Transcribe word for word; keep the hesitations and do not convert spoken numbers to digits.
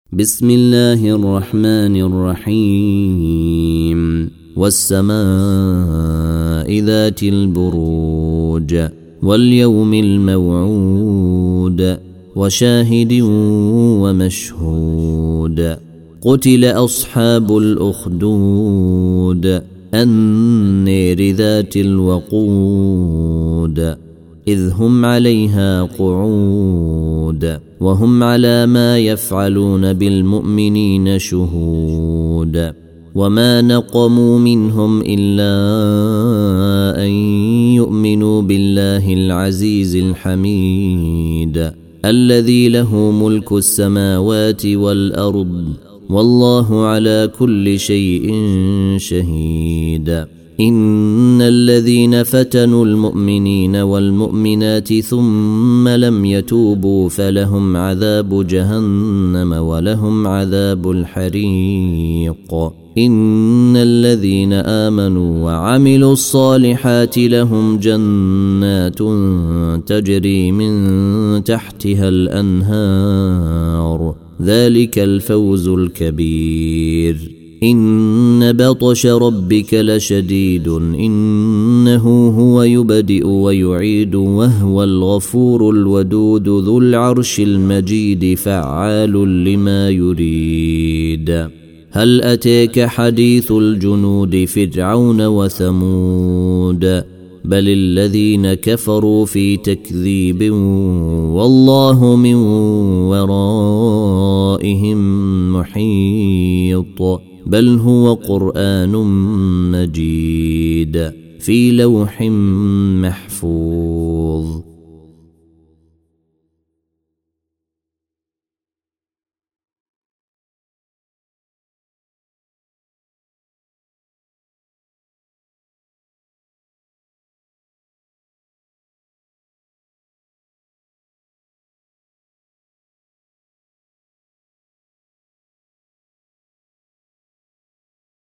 بسم الله الرحمن الرحيم والسماء ذات البروج واليوم الموعود وشاهد ومشهود قتل أصحاب الأخدود النار ذات الوقود إذ هم عليها قعود وهم على ما يفعلون بالمؤمنين شهود وما نقموا منهم إلا أن يؤمنوا بالله العزيز الحميد الذي له ملك السماوات والأرض والله على كل شيء شهيد إن الذين فتنوا المؤمنين والمؤمنات ثم لم يتوبوا فلهم عذاب جهنم ولهم عذاب الحريق إن الذين آمنوا وعملوا الصالحات لهم جنات تجري من تحتها الأنهار ذلك الفوز الكبير إن بطش ربك لشديد إنه هو يبدئ ويعيد وهو الغفور الودود ذو العرش المجيد فعال لما يريد هل أتيك حديث الجنود فرعون وثمود بل الذين كفروا في تكذيب والله من ورائهم محيط بل هو قرآن مجيد في لوح محفوظ